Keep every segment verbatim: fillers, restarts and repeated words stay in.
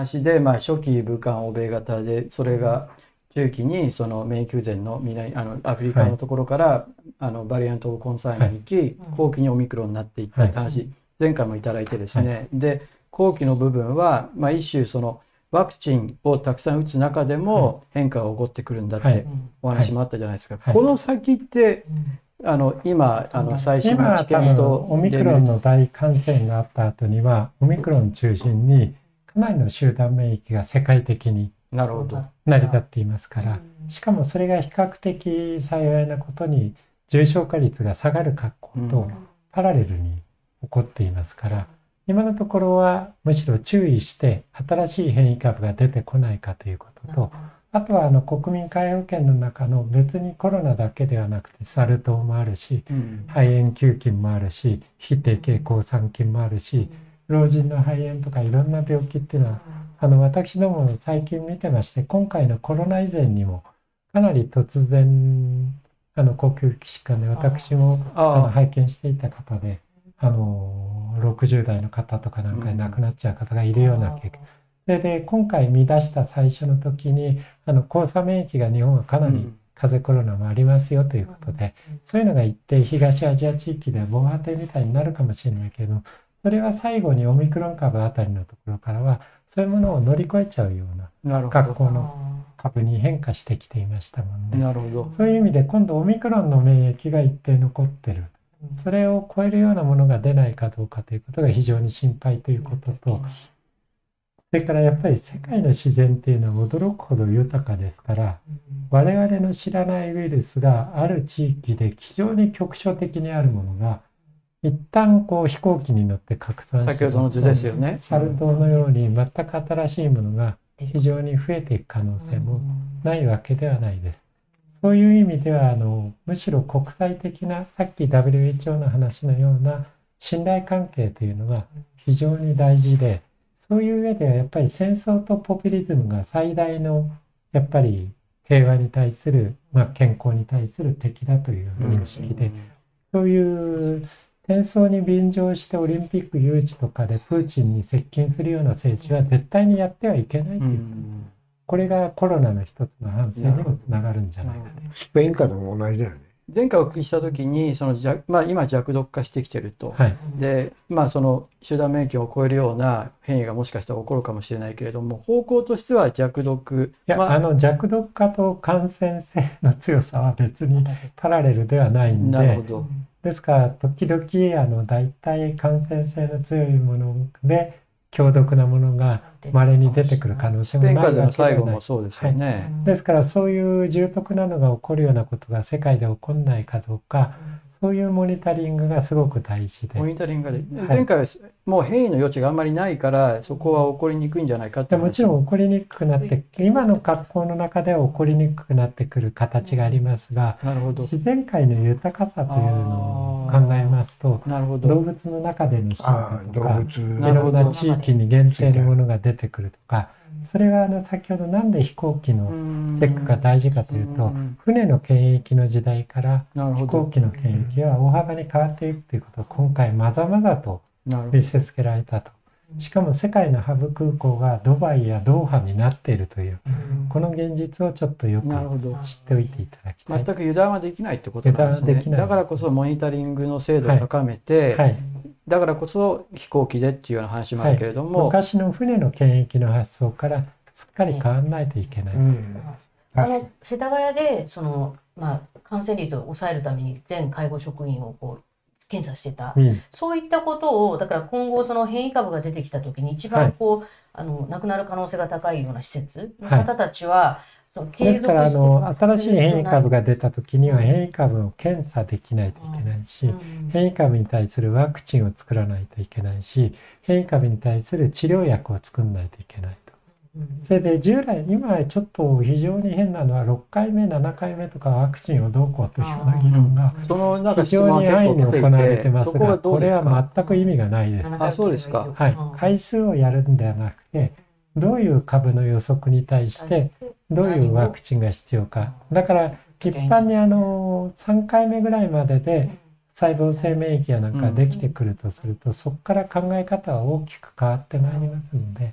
話で、まあ、初期武漢欧米型で、それが中期にその免疫不全の南あのアフリカのところから、はい、あのバリアントコンサーンに行き、はい、後期にオミクロンになっていったって話、はい、前回もいただいてですね、はい、で後期の部分は、まあ、一種そのワクチンをたくさん打つ中でも変化が起こってくるんだってお話もあったじゃないですか。はいはい、この先ってあの今あの最新の知見とオミクロンの大感染があった後にはオミクロン中心にかなりの集団免疫が世界的に成り立っていますから、しかもそれが比較的幸いなことに重症化率が下がる格好とパラレルに起こっていますから、今のところはむしろ注意して新しい変異株が出てこないかということと、あとはあの国民皆保険の中の別にコロナだけではなくてサル痘もあるし、肺炎球菌もあるし、非定型抗酸菌もあるし、老人の肺炎とかいろんな病気っていうのはあの私ども最近見てまして、今回のコロナ以前にもかなり突然あの呼吸器疾患で私もあの拝見していた方で、あのろくじゅう代の方とかなんかに亡くなっちゃう方がいるような経験、でで今回見出した最初の時にあの交差免疫が日本はかなり風邪コロナもありますよということで、そういうのが一定東アジア地域で防波堤みたいになるかもしれないけど、それは最後にオミクロン株あたりのところからはそういうものを乗り越えちゃうような格好の株に変化してきていましたもんね。 なるほど。 そういう意味で今度オミクロンの免疫が一定残ってる、それを超えるようなものが出ないかどうかということが非常に心配ということと、それからやっぱり世界の自然っていうのは驚くほど豊かですから、我々の知らないウイルスがある地域で非常に局所的にあるものが一旦こう飛行機に乗って拡散して、 先ほどの図ですよね、 サル痘のように全く新しいものが非常に増えていく可能性もないわけではないです。そういう意味ではあのむしろ国際的なさっき ダブリューエイチオー の話のような信頼関係というのが非常に大事で、そういう上ではやっぱり戦争とポピュリズムが最大のやっぱり平和に対する、まあ、健康に対する敵だという認識で、そういう戦争に便乗してオリンピック誘致とかでプーチンに接近するような政治は絶対にやってはいけないという、これがコロナの一つの反省にもつながるんじゃないかと。 スペイン風邪も同じだよね。 前回お聞きした時にその、まあ、今弱毒化してきてると、はい、で、まあ、その集団免疫を超えるような変異がもしかしたら起こるかもしれないけれども、方向としては弱毒、 いや、まあ、あの弱毒化と感染性の強さは別にパラレルではないんで、なるほど。ですから時々あの大体感染性の強いもので強毒なものが稀に出てくる可能性もないわけではない。 スペイン風邪の最後もそうですよね。はい、 ですからそういう重篤なのが起こるようなことが世界で起こらないかどうか、そういうモニタリングがすごく大事で。 モニタリングで、前回はもう変異の余地があんまりないからそこは起こりにくいんじゃないかって話。 もちろん起こりにくくなって今の格好の中では起こりにくくなってくる形がありますが、 なるほど。 自然界の豊かさというのを考えますと、なるほど。動物の中での進化とかいろんな地域に限定のものが出てくるとか、それはあの先ほどなんで飛行機のチェックが大事かというと、船の検疫の時代から飛行機の検疫は大幅に変わっていくということを今回まざまざと見せつけられたと。しかも世界のハブ空港がドバイやドーハになっているという、この現実をちょっとよく知っておいていただきたい。 全く油断はできないってことなんですね。だからこそモニタリングの精度を高めて、はいはい、だからこそ飛行機でっていうような話もあるけれども、はい、 昔の船の検疫の発想からすっかり変わらないといけない。うん、 あの世田谷でその、まあ、感染率を抑えるために全介護職員をこう検査してた、うん、そういったことをだから今後その変異株が出てきた時に一番こう、はい、あの亡くなる可能性が高いような施設の方たちは、はい、その継続してですからあの新しい変異株が出た時には変異株を検査できないといけないし、うん、変異株に対するワクチンを作らないといけないし、変異株に対する治療薬を作らないといけない。それで従来今ちょっと非常に変なのはろっかいめななかいめとかワクチンをどうこうというような議論が非常に安易に行われてますが、これは全く意味がないです。 あ、そうですか。 はい、回数をやるんではなくて、どういう株の予測に対してどういうワクチンが必要か。だから一般にあのさんかいめぐらいまでで細胞性免疫やなんかできてくるとすると、そこから考え方は大きく変わってまいりますので。や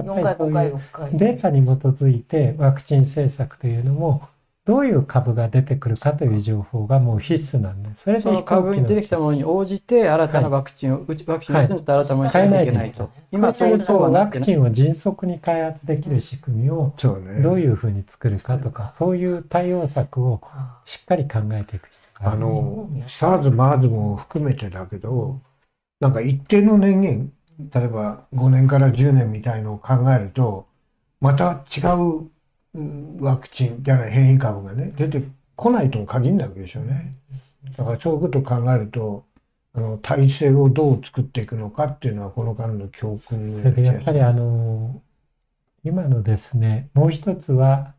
よんかい、ごかい、ろっかい。 データに基づいてワクチン政策というのも、どういう株が出てくるかという情報がもう必須なんで、それでその株に出てきたものに応じて新たなワクチンを、はい、ワクチンを打つんだったら新たなものにしなきゃいけないと。 今そういうとワクチンを迅速に開発できる仕組みをどういうふうに作るかとか、そういう対応策をしっかり考えていく必要がある。 あの SARS、MERS も含めてだけど、なんか一定の年限、例えばごねんからじゅうねんみたいのを考えると、また違うワクチンじゃない変異株がね出てこないとも限らないわけですよね。だからそういうことを考えると、あの体制をどう作っていくのかっていうのはこの間の教訓のような気がします。 やっぱりあの今のですね、もう一つは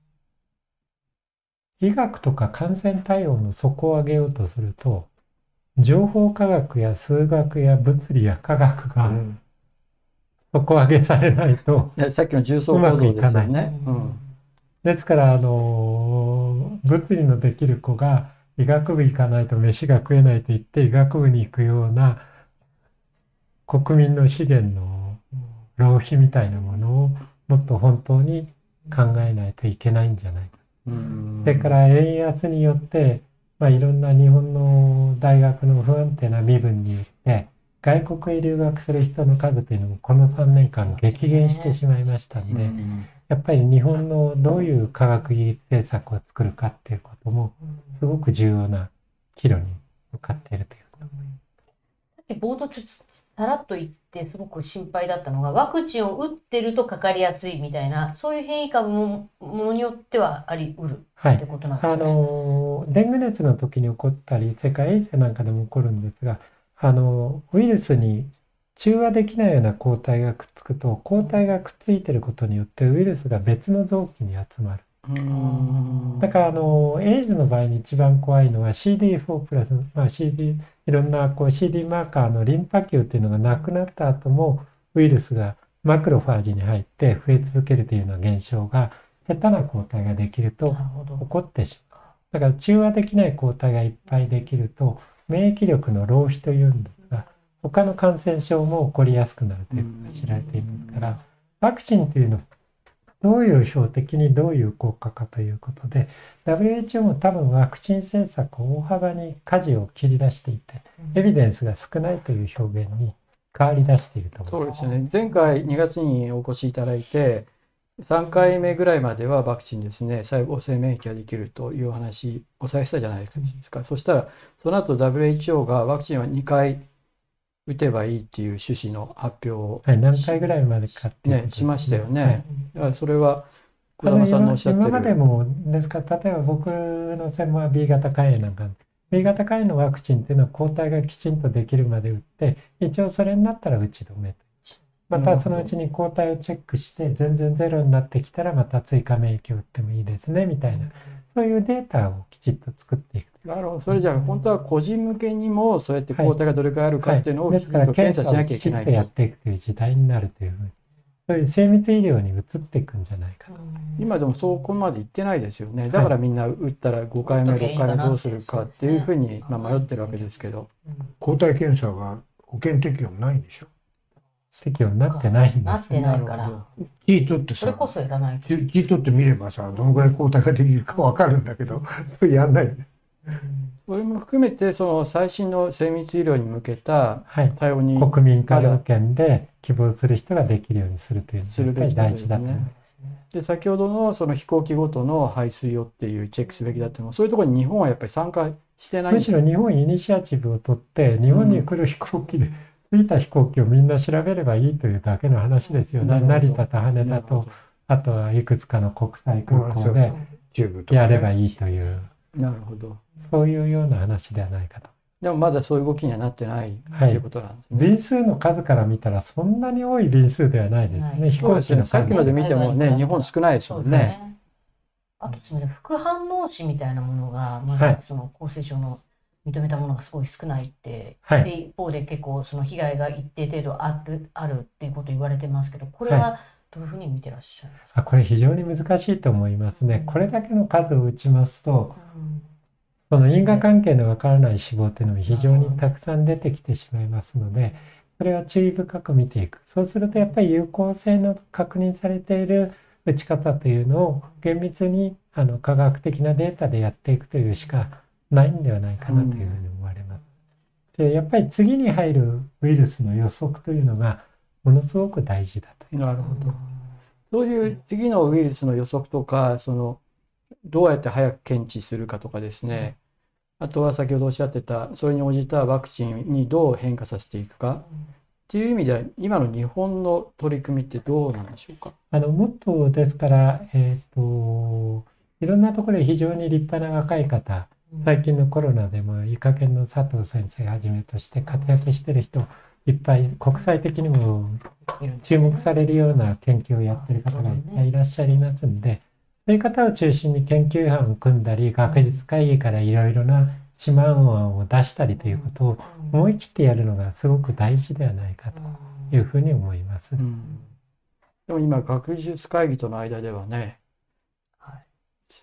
医学とか感染対応の底を上げようとすると、情報科学や数学や物理や科学が、うん、底上げされないとさっきの重層構造ですよね。うん、 ですからあの物理のできる子が医学部行かないと飯が食えないと言って医学部に行くような国民の資源の浪費みたいなものをもっと本当に考えないといけないんじゃないか。それから円安によって、まあ、いろんな日本の大学の不安定な身分によって外国へ留学する人の数というのもこのさんねんかん激減してしまいましたんで、やっぱり日本のどういう科学技術政策を作るかっていうこともすごく重要な岐路に向かっているということ思います。 さっき冒頭ちょっとさらっと言ってすごく心配だったのが、ワクチンを打ってるとかかりやすいみたいな、そういう変異株もものによってはあり得るってことなんですね。はい、あのデング熱の時に起こったり世界衛生なんかでも起こるんですが、あのウイルスに中和できないような抗体がくっつくと、抗体がくっついてることによってウイルスが別の臓器に集まる。だからあのエイズの場合に一番怖いのは シーディーフォー プラス、まあ、シーディー いろんなこう シーディー マーカーのリンパ球っていうのがなくなった後もウイルスがマクロファージに入って増え続けるというような現象が下手な抗体ができると起こってしまう。だから中和できない抗体がいっぱいできると免疫力の浪費というんですが、他の感染症も起こりやすくなるということが知られていますから、ワクチンというのはどういう標的にどういう効果かということで、 ダブリューエイチオー も多分ワクチン政策を大幅に舵を切り出していて、エビデンスが少ないという表現に変わり出していると思います。 そうですね。前回にがつにお越しいただいて、さんかいめぐらいまではワクチンですね、細胞性免疫ができるという話をされてたじゃないですか。うん、そしたらその後 ダブリューエイチオー がワクチンはにかい打てばいいっていう趣旨の発表を、 はい、何回ぐらいまでかっていうね、しましたよね。はい、だからそれは児玉さんのおっしゃってる。 今までもですから、例えば僕の専門は ビー 型肝炎なんか、ビー 型肝炎のワクチンっていうのは抗体がきちんとできるまで打って、一応それになったら打ち止めと。またそのうちに抗体をチェックして全然ゼロになってきたらまた追加免疫を打ってもいいですねみたいな、そういうデータをきちっと作っていく。 なるほど。それじゃあ本当は個人向けにもそうやって抗体がどれくらいあるかっていうのをきちんと検査しなきゃいけない。 ですから検査をきちっとやっていくという時代になるというふうに、そういう精密医療に移っていくんじゃないかと。 今でもそこまでいってないですよね。だからみんな打ったらごかいめ、ろっかいめどうするかっていうふうにまあ迷ってるわけですけど。 抗体検査が保険適用ないんでしょ。 適用になってないんです。 なってないから。 血取ってさ、 それこそやらない。 血取ってみればさ、どのぐらい抗体ができるかわかるんだけど、それやんない。 それも含めてその最新の精密医療に向けた対応に、 はい、国民皆保険で希望する人ができるようにするというのが大事だと思います。 で先ほどのその飛行機ごとの排水をっていうチェックすべきだっていうのも、そういうところに日本はやっぱり参加してないんです。 むしろ日本イニシアチブを取って日本に来る飛行機で、うん、着いた飛行機をみんな調べればいいというだけの話ですよね。成田と羽田とあとはいくつかの国際空港でやればいいという、 なるほど、 そういうような話ではないかと。 でもまだそういう動きにはなってないということなんですね。 はい、便数の数から見たらそんなに多い便数ではないですね。はい、飛行機の数、 さっきので見てもね、日本少ないですもんね。ね、 あとすみません、副反応値みたいなものがまだその厚生省の認めたものがすごい少ないって、はい、で一方で結構その被害が一定程度あるあるっていうこと言われてますけど、これはどういうふうに見てらっしゃいますか？ あ、これ非常に難しいと思いますね。うん、これだけの数を打ちますと、うん、その因果関係のわからない死亡というのも非常にたくさん出てきてしまいますので、 それは注意深く見ていく。そうするとやっぱり有効性の確認されている打ち方というのを厳密にあの科学的なデータでやっていくというしかないんではないかなというふうに思われます。うん、でやっぱり次に入るウイルスの予測というのがものすごく大事だという。 なるほど。そういう次のウイルスの予測とか、そのどうやって早く検知するかとかですね、あとは先ほどおっしゃってたそれに応じたワクチンにどう変化させていくかっていう意味では、今の日本の取り組みってどうなんでしょうか。 あのもっとですから、えーと、いろんなところで非常に立派な若い方、最近のコロナでも医科研の佐藤先生はじめとして活躍してる人いっぱい、国際的にも注目されるような研究をやってる方がいっぱいいらっしゃいますんで、そういう方を中心に研究班を組んだり、学術会議からいろいろな諮問案を出したりということを思い切ってやるのがすごく大事ではないかというふうに思います。うん、 でも今学術会議との間ではね、はい、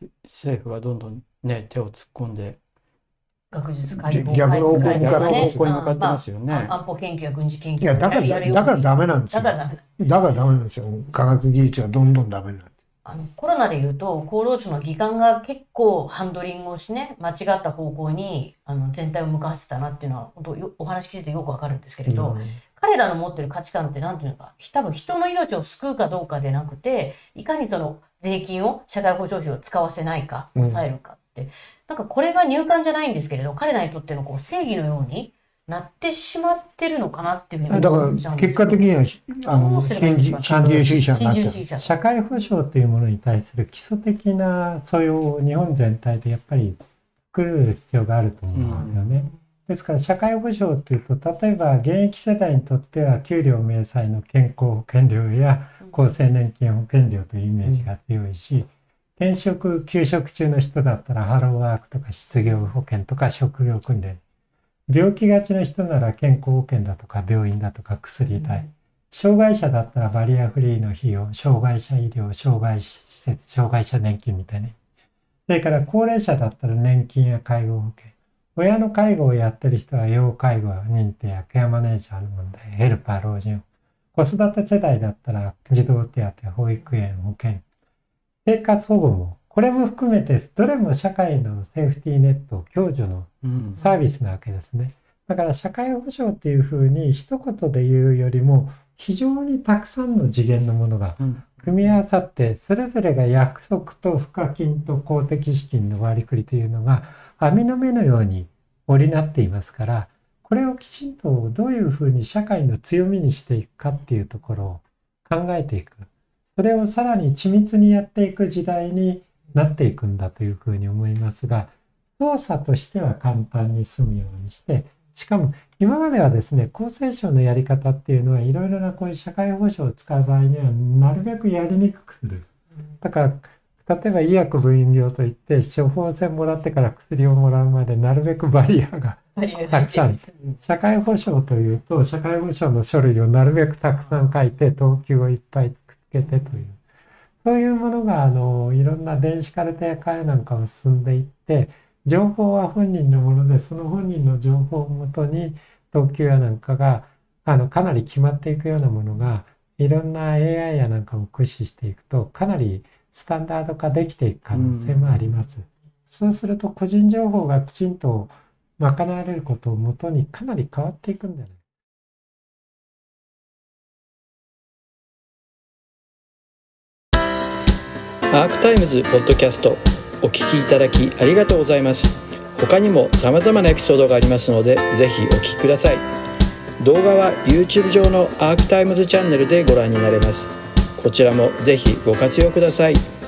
政府がどんどんね手を突っ込んで学術会議逆の方向に向かってますよね。 安保研究や軍事研究いやだからだからダメなんですよ。だからダメ。だからダメなんですよ。科学技術がどんどんダメになって。 あのコロナでいうと厚労省の技官が結構ハンドリングをしてね、間違った方向にあの全体を向かせてたなっていうのは本当よお話聞いててよくわかるんですけれど、うん、彼らの持ってる価値観って何ていうのか、多分人の命を救うかどうかでなくて、いかにその税金を社会保障費を使わせないか抑えるかって、うん、なんかこれが入管じゃないんですけれど、彼らにとってのこう正義のようになってしまってるのかなっていうふうに思っちゃうんですけど。だから結果的にはあの新自由主義者になってる。 社会保障というものに対する基礎的な素養を日本全体でやっぱり作る必要があると思うんですよね。うん、ですから社会保障というと、例えば現役世代にとっては給料明細の健康保険料や厚生年金保険料というイメージが強いし、転職休職中の人だったらハローワークとか失業保険とか職業訓練、病気がちの人なら健康保険だとか病院だとか薬代、障害者だったらバリアフリーの費用、障害者医療、障害施設、障害者年金みたいな。それから高齢者だったら年金や介護保険、親の介護をやってる人は要介護、認定やケアマネージャーの問題、ヘルパー、老人、子育て世代だったら児童手当、保育園、保険、生活保護も、これも含めてどれも社会のセーフティーネット、共助のサービスなわけですね。だから社会保障っていうふうに一言で言うよりも、非常にたくさんの次元のものが組み合わさって、それぞれが約束と賦課金と公的資金の割り振りというのが網の目のように織りなっていますから、これをきちんとどういうふうに社会の強みにしていくかっていうところを考えていく。それをさらに緻密にやっていく時代になっていくんだというふうに思いますが、操作としては簡単に済むようにして、しかも今まではですね、厚生省のやり方っていうのはいろいろなこういう社会保障を使う場合にはなるべくやりにくくする。だから例えば医薬分業といって処方箋もらってから薬をもらうまでなるべくバリアがたくさん。社会保障というと社会保障の書類をなるべくたくさん書いて等級をいっぱいくっつけてという。そういうものがあのいろんな電子カルテや会なんかを進んでいって、情報は本人のもので、その本人の情報をもとに等級やなんかがあのかなり決まっていくようなものが、いろんな エーアイ やなんかを駆使していくとかなりスタンダード化できていく可能性もあります。そうすると個人情報がきちんと賄われることをもとにかなり変わっていくんだよね。 アークタイムズポッドキャストお聞きいただきありがとうございます。他にも様々なエピソードがありますので、ぜひお聞きください。動画は YouTube 上のアークタイムズチャンネルでご覧になれます。こちらもぜひご活用ください。